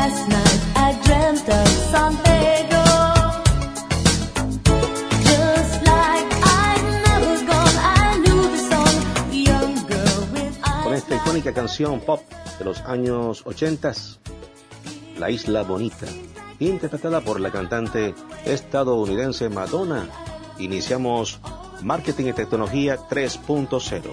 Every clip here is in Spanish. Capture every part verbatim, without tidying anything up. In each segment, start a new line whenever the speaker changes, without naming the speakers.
last night I dreamt of San Pedro. Just like I'd never gone, I knew the song, young girl with eyes.
Con esta icónica canción pop de los años ochenta, La Isla Bonita, interpretada por la cantante estadounidense Madonna, iniciamos Marketing y Tecnología tres punto cero.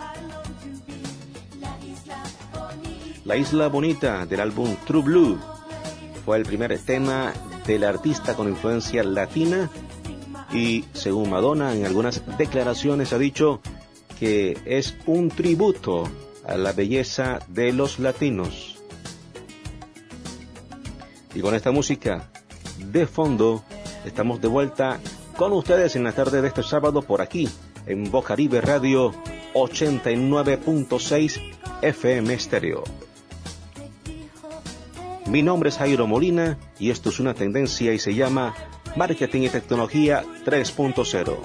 La Isla Bonita del álbum True Blue fue el primer tema del artista con influencia latina y, según Madonna, en algunas declaraciones ha dicho que es un tributo a la belleza de los latinos. Y con esta música de fondo estamos de vuelta con ustedes en la tarde de este sábado por aquí en Bocaribe Radio ochenta y nueve punto seis F M Estéreo. Mi nombre es Jairo Molina y esto es una tendencia y se llama Marketing y Tecnología tres punto cero.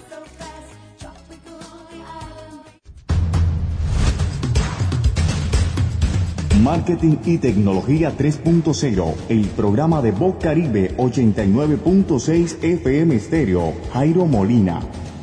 Marketing y Tecnología tres punto cero, el programa de Bocaribe ochenta y nueve punto seis F M Estéreo, Jairo Molina.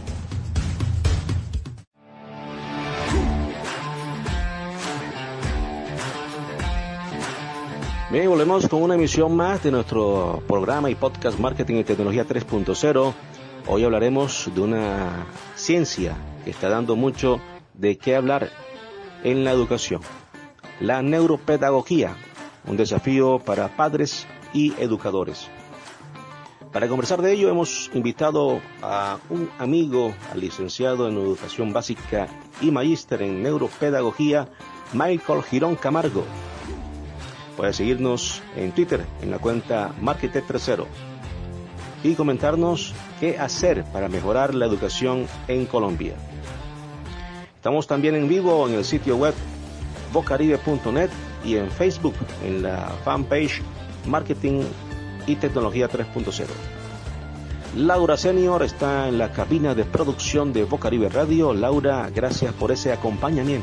Bien, volvemos con una emisión más de nuestro programa y podcast Marketing y Tecnología tres punto cero. Hoy hablaremos de una ciencia que está dando mucho de qué hablar en la educación. La neuropedagogía, un desafío para padres y educadores. Para conversar de ello hemos invitado a un amigo, al licenciado en Educación Básica y magíster en Neuropedagogía, Michael Girón Camargo. Puede seguirnos en Twitter en la cuenta Marketing tres punto cero y comentarnos qué hacer para mejorar la educación en Colombia. Estamos también en vivo en el sitio web bocaribe punto net y en Facebook en la fanpage Marketing y Tecnología tres punto cero. Laura Senior está en la cabina de producción de Bocaribe Radio. Laura, gracias por ese acompañamiento.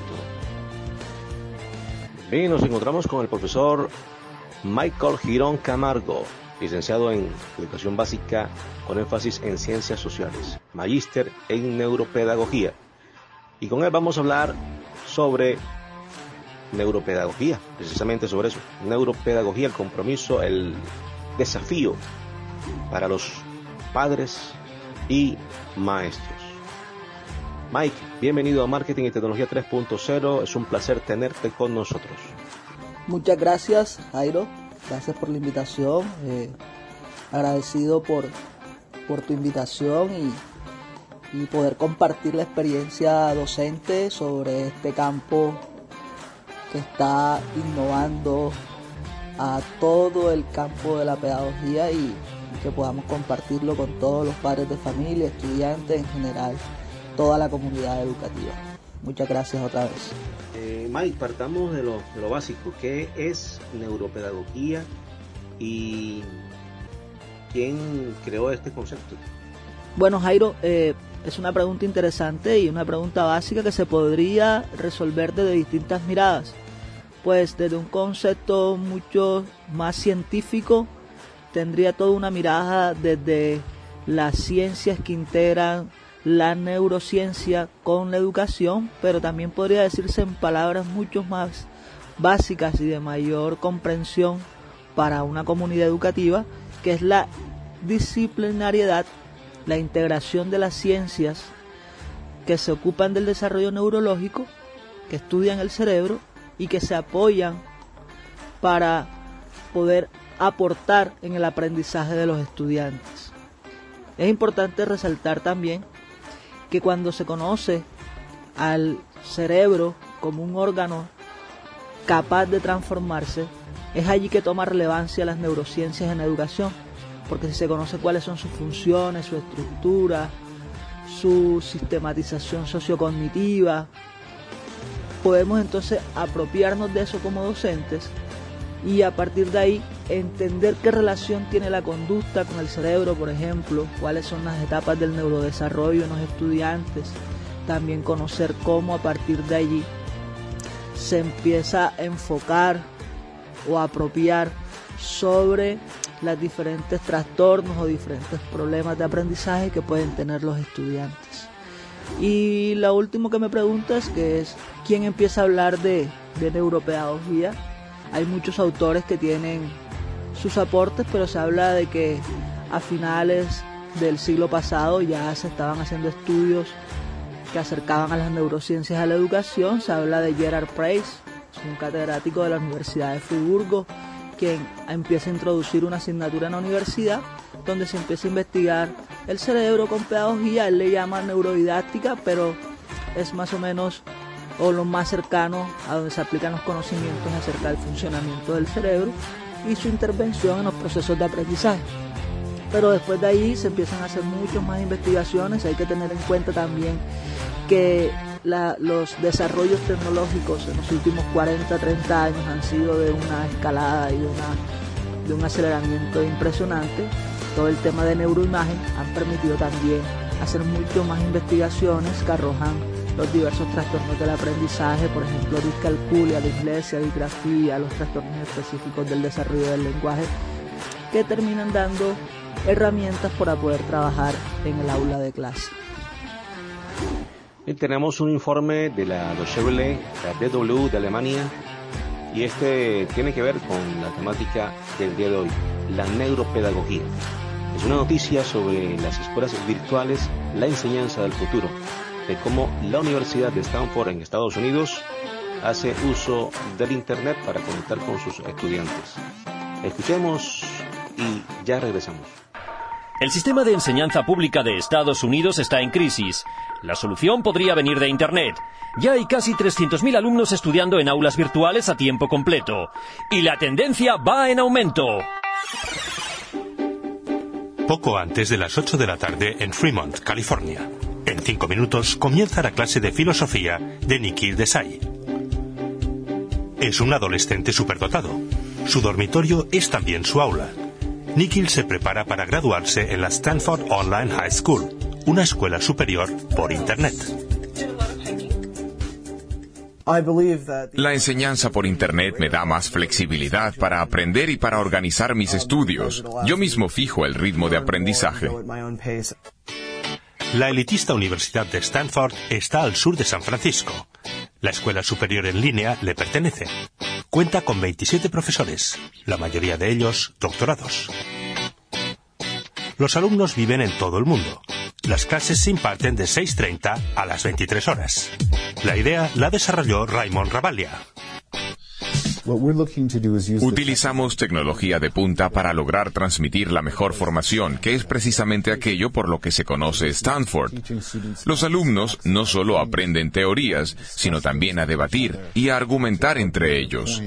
Bien, nos encontramos con el profesor Michael Girón Camargo, licenciado en Educación Básica con énfasis en Ciencias Sociales, magíster en Neuropedagogía. Y con él vamos a hablar sobre neuropedagogía, precisamente sobre eso. Neuropedagogía, el compromiso, el desafío para los padres y maestros. Mike, bienvenido a Marketing y Tecnología tres punto cero. Es un placer tenerte con nosotros.
Muchas gracias, Jairo. Gracias por la invitación. Eh, agradecido por, por tu invitación y, y poder compartir la experiencia docente sobre este campo que está innovando a todo el campo de la pedagogía y, y que podamos compartirlo con todos los padres de familia, estudiantes en general, toda la comunidad educativa. Muchas gracias otra vez.
Eh, Mike, partamos de lo, de lo básico. ¿Qué es neuropedagogía y quién creó este concepto?
Bueno, Jairo, eh, es una pregunta interesante y una pregunta básica que se podría resolver desde distintas miradas. Pues desde un concepto mucho más científico, tendría toda una mirada desde las ciencias que integran la neurociencia con la educación, pero también podría decirse en palabras mucho más básicas y de mayor comprensión para una comunidad educativa, que es la disciplinariedad, la integración de las ciencias que se ocupan del desarrollo neurológico, que estudian el cerebro y que se apoyan para poder aportar en el aprendizaje de los estudiantes. Es importante resaltar también que cuando se conoce al cerebro como un órgano capaz de transformarse, es allí que toma relevancia las neurociencias en educación, porque si se conoce cuáles son sus funciones, su estructura, su sistematización sociocognitiva, podemos entonces apropiarnos de eso como docentes y a partir de ahí entender qué relación tiene la conducta con el cerebro, por ejemplo, cuáles son las etapas del neurodesarrollo en los estudiantes, también conocer cómo a partir de allí se empieza a enfocar o a apropiar sobre los diferentes trastornos o diferentes problemas de aprendizaje que pueden tener los estudiantes. Y lo último que me preguntas, que es quién empieza a hablar de, de neuropedagogía. Hay muchos autores que tienen sus aportes, pero se habla de que a finales del siglo pasado ya se estaban haciendo estudios que acercaban a las neurociencias a la educación. Se habla de Gerard Price, un catedrático de la Universidad de Friburgo, quien empieza a introducir una asignatura en la universidad donde se empieza a investigar el cerebro con pedagogía. Él le llama neurodidáctica, pero es más o menos o lo más cercano a donde se aplican los conocimientos acerca del funcionamiento del cerebro y su intervención en los procesos de aprendizaje. Pero después de ahí se empiezan a hacer muchas más investigaciones. Hay que tener en cuenta también que la, los desarrollos tecnológicos en los últimos cuarenta, treinta años han sido de una escalada y de, una, de un aceleramiento impresionante. Todo el tema de neuroimagen han permitido también hacer mucho más investigaciones que arrojan los diversos trastornos del aprendizaje, por ejemplo, discalculia, dislexia, disgrafía, los trastornos específicos del desarrollo del lenguaje, que terminan dando herramientas para poder trabajar en el aula de clase.
Y tenemos un informe de la Deutsche Welle, la D W de Alemania, y este tiene que ver con la temática del día de hoy, la neuropedagogía. Es una noticia sobre las escuelas virtuales, la enseñanza del futuro, de cómo la Universidad de Stanford en Estados Unidos hace uso del Internet para conectar con sus estudiantes. Escuchemos y ya regresamos.
El sistema de enseñanza pública de Estados Unidos está en crisis. La solución podría venir de Internet. Ya hay casi trescientos mil alumnos estudiando en aulas virtuales a tiempo completo. Y la tendencia va en aumento.
Poco antes de las ocho de la tarde en Fremont, California. En cinco minutos comienza la clase de filosofía de Nikhil Desai. Es un adolescente superdotado. Su dormitorio es también su aula. Nikhil se prepara para graduarse en la Stanford Online High School, una escuela superior por Internet.
La enseñanza por Internet me da más flexibilidad para aprender y para organizar mis estudios. Yo mismo fijo el ritmo de aprendizaje.
La elitista Universidad de Stanford está al sur de San Francisco. La escuela superior en línea le pertenece. Cuenta con veintisiete profesores, la mayoría de ellos doctorados. Los alumnos viven en todo el mundo. Las clases se imparten de seis treinta a las veintitrés horas. La idea la desarrolló Raymond Rabalia.
Utilizamos tecnología de punta para lograr transmitir la mejor formación, que es precisamente aquello por lo que se conoce Stanford. Los alumnos no solo aprenden teorías, sino también a debatir y a argumentar entre ellos.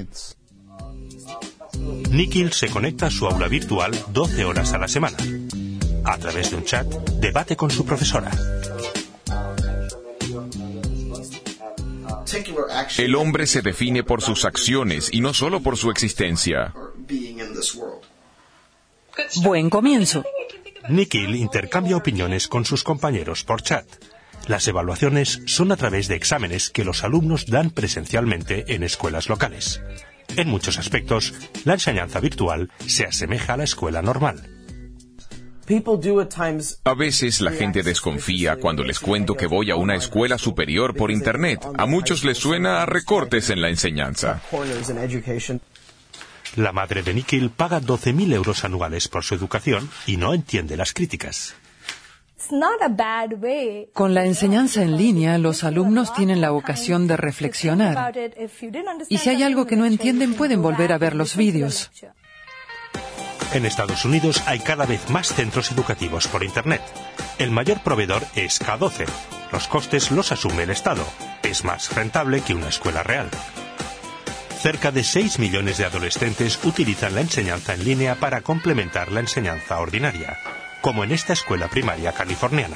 Nikhil se conecta a su aula virtual doce horas a la semana. A través de un chat, debate con su profesora.
El hombre se define por sus acciones y no solo por su existencia.
Buen comienzo.
Nikhil intercambia opiniones con sus compañeros por chat. Las evaluaciones son a través de exámenes que los alumnos dan presencialmente en escuelas locales. En muchos aspectos, la enseñanza virtual se asemeja a la escuela normal.
A veces la gente desconfía cuando les cuento que voy a una escuela superior por Internet. A muchos les suena a recortes en la enseñanza.
La madre de Nikhil paga doce mil euros anuales por su educación y no entiende las críticas.
Con la enseñanza en línea, los alumnos tienen la ocasión de reflexionar. Y si hay algo que no entienden, pueden volver a ver los vídeos.
En Estados Unidos hay cada vez más centros educativos por Internet. El mayor proveedor es K doce. Los costes los asume el Estado. Es más rentable que una escuela real. Cerca de seis millones de adolescentes utilizan la enseñanza en línea para complementar la enseñanza ordinaria, como en esta escuela primaria californiana.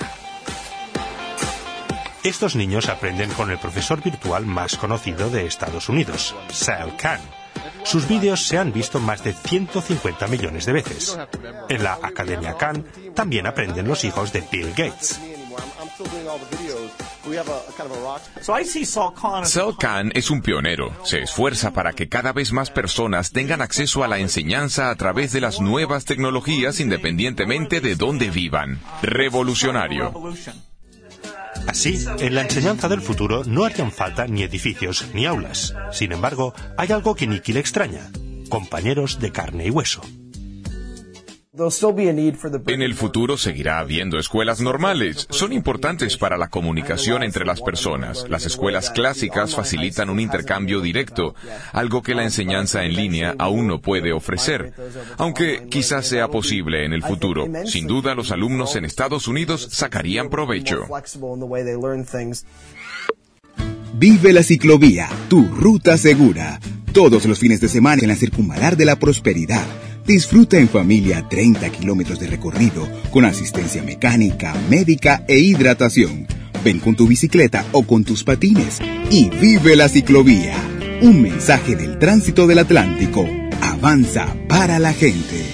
Estos niños aprenden con el profesor virtual más conocido de Estados Unidos, Sal Khan. Sus vídeos se han visto más de ciento cincuenta millones de veces. En la Academia Khan también aprenden los hijos de Bill Gates.
Sal Khan es un pionero. Se esfuerza para que cada vez más personas tengan acceso a la enseñanza a través de las nuevas tecnologías independientemente de dónde vivan. Revolucionario.
Así, en la enseñanza del futuro no harían falta ni edificios ni aulas. Sin embargo, hay algo que Nicky le extraña: compañeros de carne y hueso.
En el futuro seguirá habiendo escuelas normales. Son importantes para la comunicación entre las personas. Las escuelas clásicas facilitan un intercambio directo, algo que la enseñanza en línea aún no puede ofrecer. Aunque quizás sea posible en el futuro. Sin duda, los alumnos en Estados Unidos sacarían provecho.
Vive la ciclovía, tu ruta segura. Todos los fines de semana en la Circunvalar de la Prosperidad. Disfruta en familia treinta kilómetros de recorrido con asistencia mecánica, médica e hidratación. Ven con tu bicicleta o con tus patines y vive la ciclovía. Un mensaje del Tránsito del Atlántico. Avanza para la gente.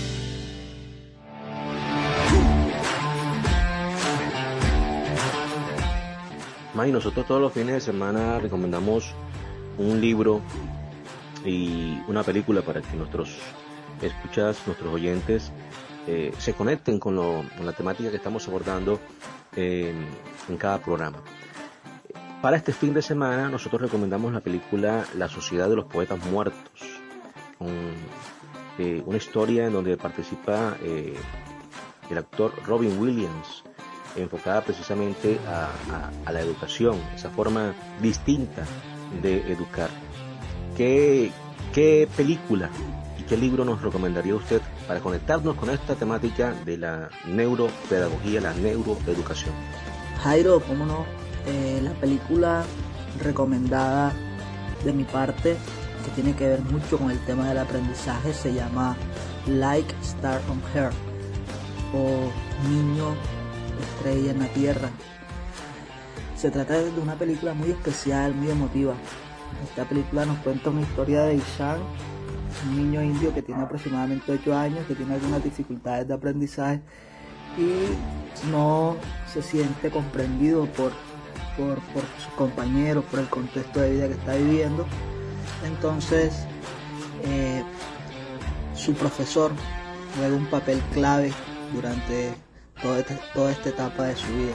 May, nosotros todos los fines de semana recomendamos un libro y una película para que nuestros escuchas, nuestros oyentes eh, se conecten con, lo, con la temática que estamos abordando eh, en cada programa. Para este fin de semana nosotros recomendamos la película La Sociedad de los Poetas Muertos, con eh, una historia en donde participa eh, el actor Robin Williams, enfocada precisamente a, a, a la educación, esa forma distinta de educar. ¿Qué, qué película ¿Qué libro nos recomendaría usted para conectarnos con esta temática de la neuropedagogía, la neuroeducación?
Jairo, cómo no, eh, la película recomendada de mi parte, que tiene que ver mucho con el tema del aprendizaje, se llama Like Star on Earth, o Niño Estrella en la Tierra. Se trata de una película muy especial, muy emotiva. Esta película nos cuenta una historia de Ishan, un niño indio que tiene aproximadamente ocho años, que tiene algunas dificultades de aprendizaje y no se siente comprendido por, por, por sus compañeros, por el contexto de vida que está viviendo. Entonces eh, su profesor juega un papel clave durante toda esta, toda esta etapa de su vida.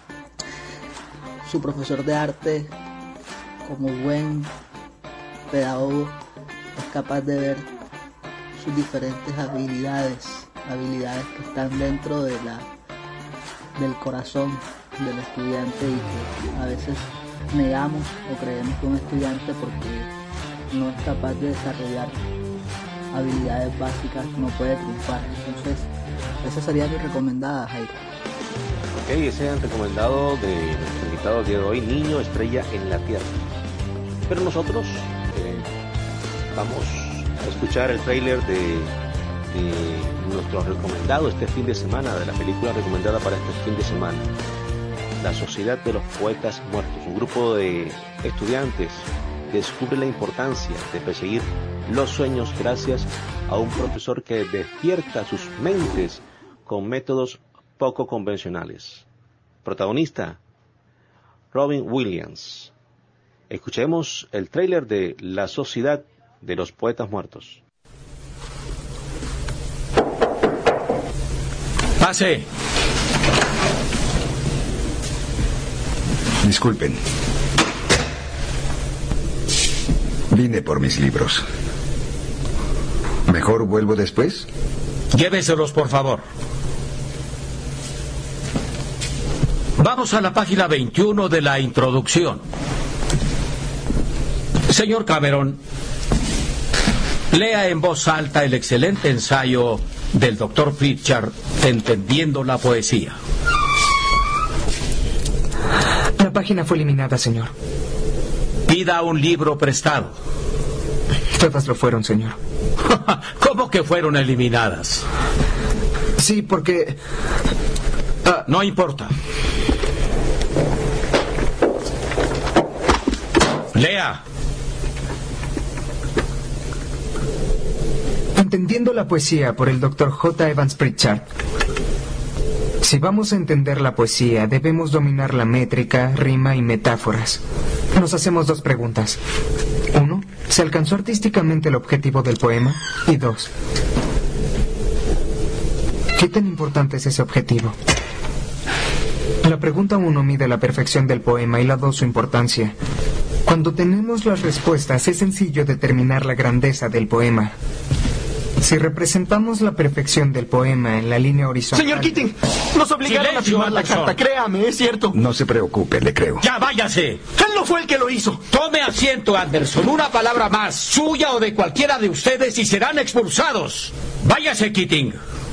Su profesor de arte, como buen pedagogo, es capaz de ver sus diferentes habilidades, habilidades que están dentro de la, del corazón del estudiante y que a veces negamos o creemos que un estudiante porque no es capaz de desarrollar habilidades básicas no puede triunfar. Entonces, esa sería mi recomendada, Jairo.
Ok, ese es el recomendado de nuestro invitado el día de hoy, Niño Estrella en la Tierra. Pero nosotros eh, vamos a escuchar el tráiler de, de nuestro recomendado este fin de semana, de la película recomendada para este fin de semana, La Sociedad de los Poetas Muertos. Un grupo de estudiantes descubre la importancia de perseguir los sueños gracias a un profesor que despierta sus mentes con métodos poco convencionales. Protagonista, Robin Williams. Escuchemos el tráiler de La Sociedad de los Poetas Muertos.
¡Pase!
Disculpen. Vine por mis libros. ¿Mejor vuelvo después?
Lléveselos, por favor. Vamos a la página veintiuno de la introducción. Señor Cameron, lea en voz alta el excelente ensayo del doctor Pritchard, Entendiendo la Poesía.
La página fue eliminada, señor.
Pida un libro prestado.
Todas lo fueron, señor.
¿Cómo que fueron eliminadas?
Sí, porque...
Uh, no importa. Lea.
Entendiendo la Poesía por el doctor J. Evans Pritchard. Si vamos a entender la poesía, debemos dominar la métrica, rima y metáforas. Nos hacemos dos preguntas. Uno, ¿se alcanzó artísticamente el objetivo del poema? Y dos, ¿qué tan importante es ese objetivo? La pregunta uno mide la perfección del poema y la dos su importancia. Cuando tenemos las respuestas, es sencillo determinar la grandeza del poema. Si representamos la perfección del poema en la línea horizontal...
Señor Keating, nos obligaron
Silencio,
a firmar la
Anderson.
carta, créame, es cierto.
No se preocupe, le creo.
¡Ya váyase!
Él no fue el que lo hizo.
Tome asiento, Anderson. Una palabra más, suya o de cualquiera de ustedes, y serán expulsados. Váyase, Keating.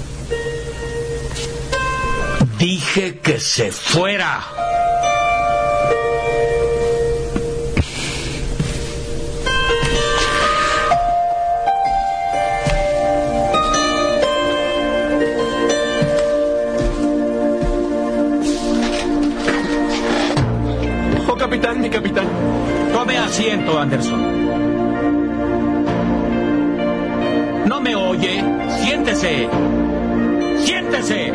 Dije que se fuera.
Oh, capitán, mi capitán.
Tome asiento, Anderson. ¿No me oye? Siéntese. Siéntese.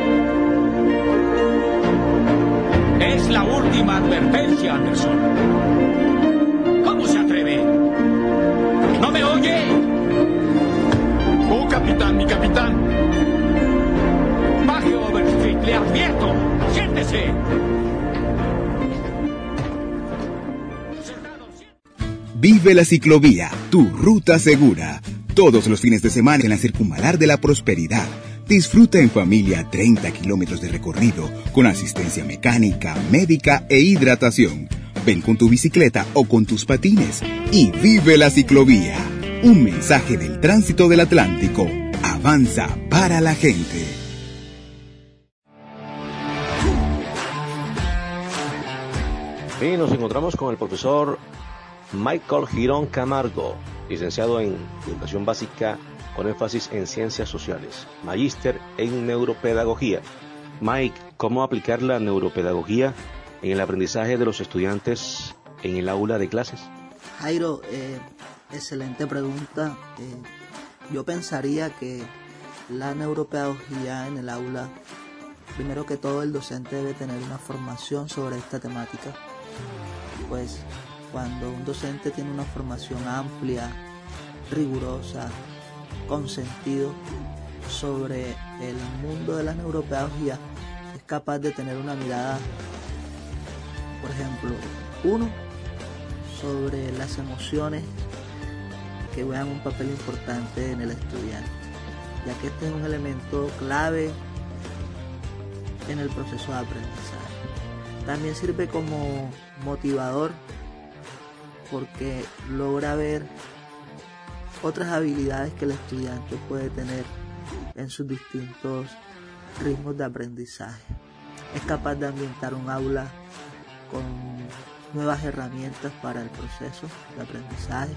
Es la última advertencia, Anderson. ¿Cómo se atreve? ¿No me oye?
Oh, capitán, mi capitán.
Baje, Overstreet, le advierto. Siéntese.
Vive la ciclovía, tu ruta segura. Todos los fines de semana en la Circunvalar de la Prosperidad. Disfruta en familia treinta kilómetros de recorrido con asistencia mecánica, médica e hidratación. Ven con tu bicicleta o con tus patines y vive la ciclovía. Un mensaje del Tránsito del Atlántico. Avanza para la gente.
Y nos encontramos con el profesor Michael Girón Camargo, licenciado en Educación Básica con énfasis en Ciencias Sociales, magíster en Neuropedagogía. Mike, ¿cómo aplicar la neuropedagogía en el aprendizaje de los estudiantes en el aula de clases?
Jairo, eh, excelente pregunta. Eh, yo pensaría que la neuropedagogía en el aula, primero que todo el docente debe tener una formación sobre esta temática. Pues cuando un docente tiene una formación amplia, rigurosa, con sentido sobre el mundo de la neuropedagogía, es capaz de tener una mirada, por ejemplo, uno, sobre las emociones que juegan un papel importante en el estudiante, ya que este es un elemento clave en el proceso de aprendizaje. También sirve como motivador porque logra ver otras habilidades que el estudiante puede tener en sus distintos ritmos de aprendizaje. Es capaz de ambientar un aula con nuevas herramientas para el proceso de aprendizaje.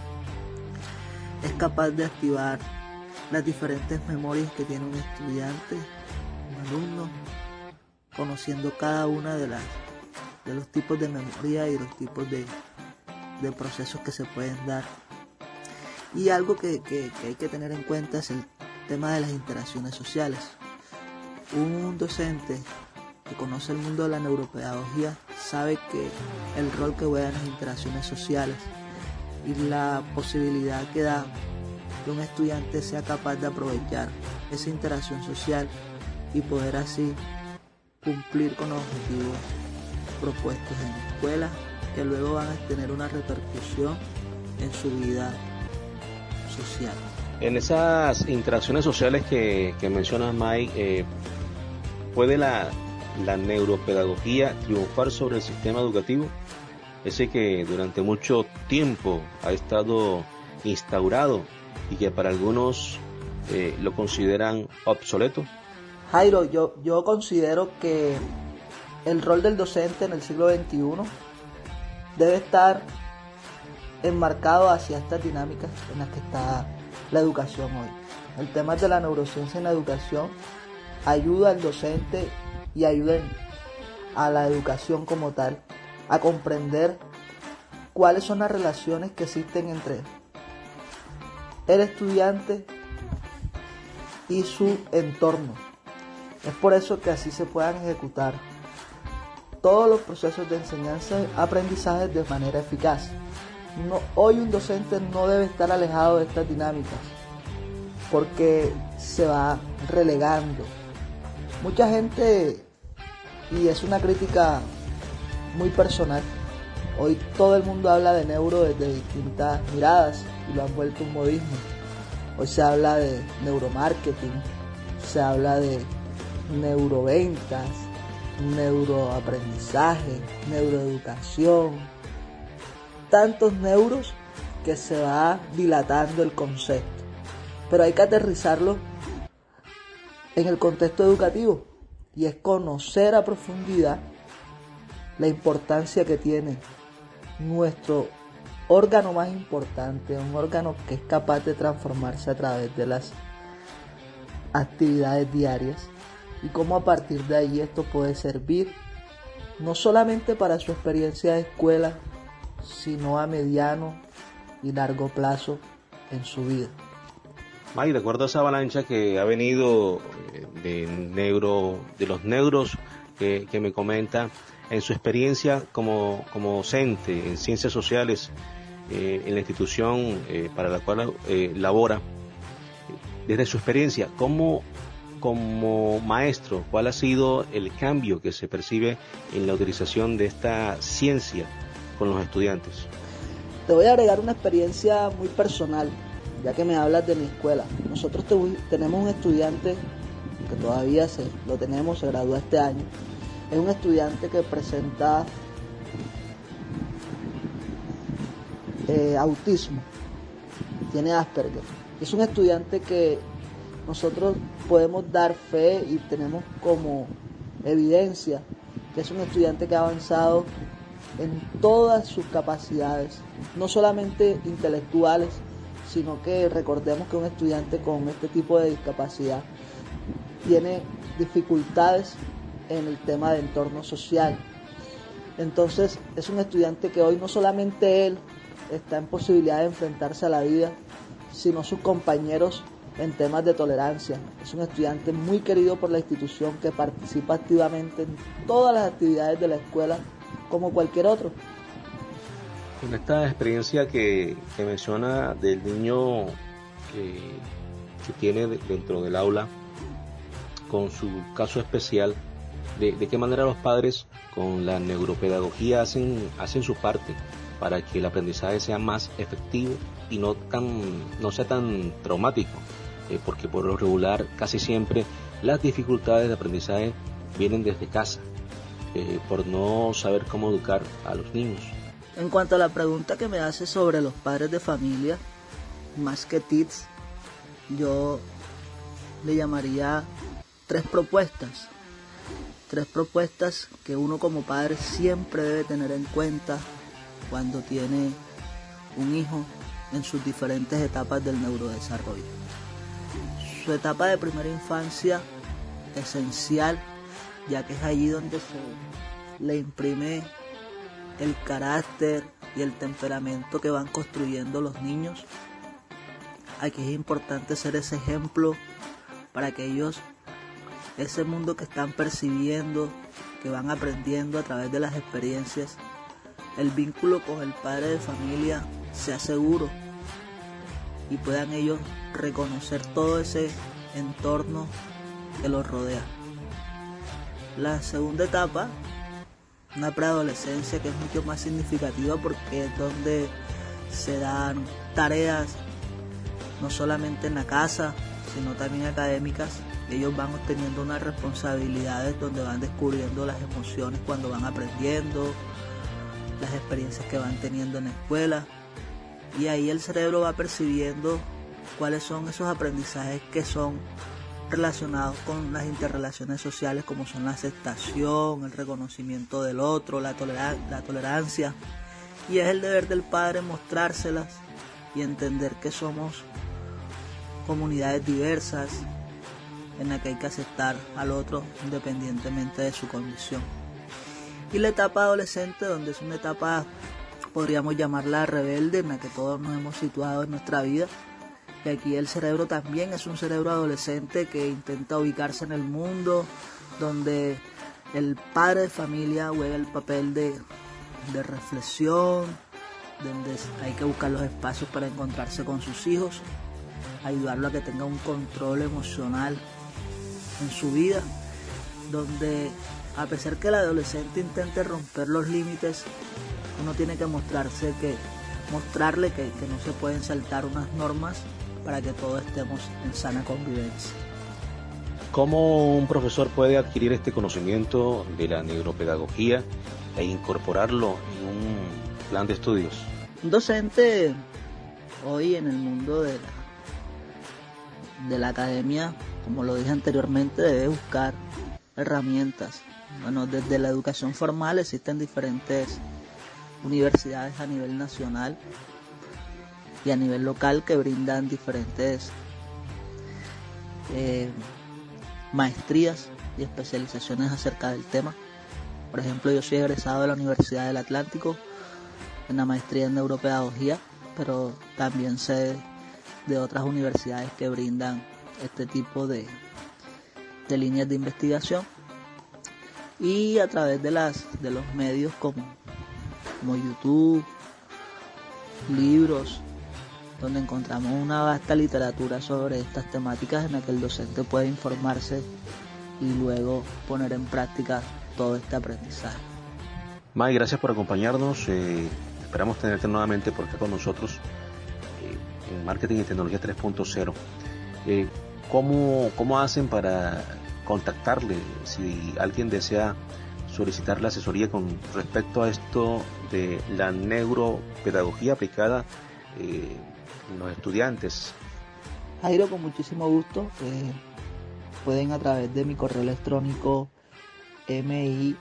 Es capaz de activar las diferentes memorias que tiene un estudiante, un alumno, conociendo cada una de las de los tipos de memoria y los tipos de, de procesos que se pueden dar. Y algo que, que, que hay que tener en cuenta es el tema de las interacciones sociales. Un docente que conoce el mundo de la neuropedagogía sabe que el rol que juegan las interacciones sociales y la posibilidad que da que un estudiante sea capaz de aprovechar esa interacción social y poder así cumplir con los objetivos propuestos en la escuela, que luego van a tener una repercusión en su vida social.
En esas interacciones sociales que, que mencionas, Mike, eh, ¿puede la, la neuropedagogía triunfar sobre el sistema educativo? Ese que durante mucho tiempo ha estado instaurado y que para algunos eh, lo consideran obsoleto.
Jairo, yo, yo considero que el rol del docente en el siglo veintiuno debe estar enmarcado hacia estas dinámicas en las que está la educación hoy. El tema de la neurociencia en la educación ayuda al docente y ayuda a la educación como tal a comprender cuáles son las relaciones que existen entre el estudiante y su entorno. Es por eso que así se puedan ejecutar todos los procesos de enseñanza y aprendizaje de manera eficaz. No, hoy un docente no debe estar alejado de estas dinámicas porque se va relegando. Mucha gente, y es una crítica muy personal, hoy todo el mundo habla de neuro desde distintas miradas y lo han vuelto un modismo. Hoy se habla de neuromarketing, se habla de neuroventas, neuroaprendizaje, neuroeducación, tantos neuros que se va dilatando el concepto, pero hay que aterrizarlo en el contexto educativo y es conocer a profundidad la importancia que tiene nuestro órgano más importante, un órgano que es capaz de transformarse a través de las actividades diarias y cómo a partir de ahí esto puede servir no solamente para su experiencia de escuela, sino a mediano y largo plazo en su vida.
May, de acuerdo a esa avalancha que ha venido de neuro, de los neuros que, que me comenta, en su experiencia como, como docente en ciencias sociales, eh, en la institución eh, para la cual eh, labora, desde su experiencia, ¿cómo, como maestro, cuál ha sido el cambio que se percibe en la utilización de esta ciencia con los estudiantes?
Te voy a agregar una experiencia muy personal, ya que me hablas de mi escuela. Nosotros te, tenemos un estudiante que todavía se, lo tenemos, se gradúa este año. Es un estudiante que presenta eh, autismo, tiene Asperger. Es un estudiante que nosotros podemos dar fe y tenemos como evidencia que es un estudiante que ha avanzado en todas sus capacidades, no solamente intelectuales, sino que recordemos que un estudiante con este tipo de discapacidad tiene dificultades en el tema de entorno social. Entonces es un estudiante que hoy no solamente él está en posibilidad de enfrentarse a la vida, sino sus compañeros en temas de tolerancia. Es un estudiante muy querido por la institución que participa activamente en todas las actividades de la escuela como cualquier otro.
Con esta experiencia que, que menciona del niño que, que tiene dentro del aula, con su caso especial, de, de qué manera los padres con la neuropedagogía hacen, hacen su parte para que el aprendizaje sea más efectivo y no, tan, no sea tan traumático, eh, porque por lo regular casi siempre las dificultades de aprendizaje vienen desde casa, eh, por no saber cómo educar a los niños.
En cuanto a la pregunta que me hace sobre los padres de familia, más que tips, yo le llamaría tres propuestas. Tres propuestas que uno como padre siempre debe tener en cuenta cuando tiene un hijo en sus diferentes etapas del neurodesarrollo. Su etapa de primera infancia, esencial, ya que es allí donde se le imprime el carácter y el temperamento que van construyendo los niños. Aquí es importante ser ese ejemplo para que ellos, ese mundo que están percibiendo, que van aprendiendo a través de las experiencias, el vínculo con el padre de familia sea seguro y puedan ellos reconocer todo ese entorno que los rodea. La segunda etapa, una preadolescencia que es mucho más significativa porque es donde se dan tareas no solamente en la casa, sino también académicas. Ellos van obteniendo unas responsabilidades donde van descubriendo las emociones cuando van aprendiendo, las experiencias que van teniendo en la escuela, y ahí el cerebro va percibiendo cuáles son esos aprendizajes que son relacionados con las interrelaciones sociales, como son la aceptación, el reconocimiento del otro, la, tolera- la tolerancia, y es el deber del padre mostrárselas y entender que somos comunidades diversas en las que hay que aceptar al otro independientemente de su condición. Y la etapa adolescente, donde es una etapa, podríamos llamarla rebelde, en la que todos nos hemos situado en nuestra vida, Y aquí el cerebro también es un cerebro adolescente que intenta ubicarse en el mundo, donde el padre de familia juega el papel de, de reflexión, donde hay que buscar los espacios para encontrarse con sus hijos, ayudarlo a que tenga un control emocional en su vida, donde a pesar que el adolescente intente romper los límites, uno tiene que mostrarse que, mostrarle que, que no se pueden saltar unas normas para que todos estemos en sana convivencia.
¿Cómo un profesor puede adquirir este conocimiento de la neuropedagogía e incorporarlo en un plan de estudios?
Un docente hoy en el mundo de la, de la academia, como lo dije anteriormente, debe buscar herramientas. Bueno, desde la educación formal existen diferentes universidades a nivel nacional y a nivel local que brindan diferentes eh, maestrías y especializaciones acerca del tema. Por ejemplo, yo soy egresado de la Universidad del Atlántico en la maestría en neuropedagogía, pero también sé de otras universidades que brindan este tipo de, de líneas de investigación, y a través de las de los medios como, como YouTube, libros, donde encontramos una vasta literatura sobre estas temáticas en la que el docente puede informarse y luego poner en práctica todo este aprendizaje.
May, gracias por acompañarnos. Eh, esperamos tenerte nuevamente por acá con nosotros eh, en Marketing y Tecnología tres punto cero. Eh, ¿cómo, ¿Cómo hacen para contactarle si alguien desea solicitar la asesoría con respecto a esto de la neuropedagogía aplicada eh, en los estudiantes?
Jairo, con muchísimo gusto. Eh, pueden a través de mi correo electrónico mike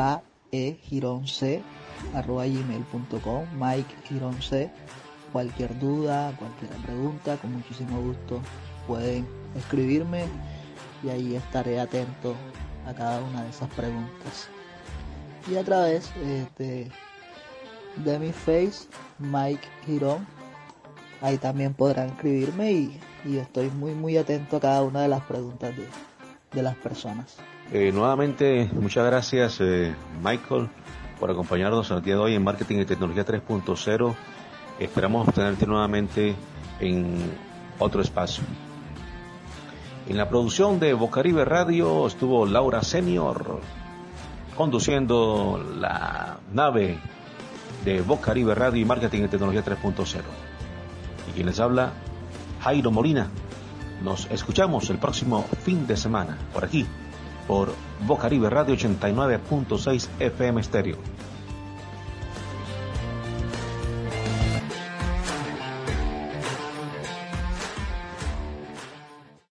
gironc arroba gmail punto com, Mike Gironc. Cualquier duda, cualquier pregunta, con muchísimo gusto pueden escribirme y ahí estaré atento a cada una de esas preguntas. Y a través eh, de, de mi face, Mike Girón, ahí también podrán escribirme y, y estoy muy muy atento a cada una de las preguntas de, de las personas.
Eh, nuevamente, muchas gracias eh, Michael por acompañarnos el día de hoy en Marketing y Tecnología tres punto cero. Esperamos tenerte nuevamente en otro espacio. En la producción de Bocaribe Radio estuvo Laura Senior, conduciendo la nave de Bocaribe Radio y Marketing y Tecnología tres punto cero. Y quien les habla, Jairo Molina. Nos escuchamos el próximo fin de semana, por aquí, por Bocaribe Radio ochenta y nueve punto seis F M Stereo.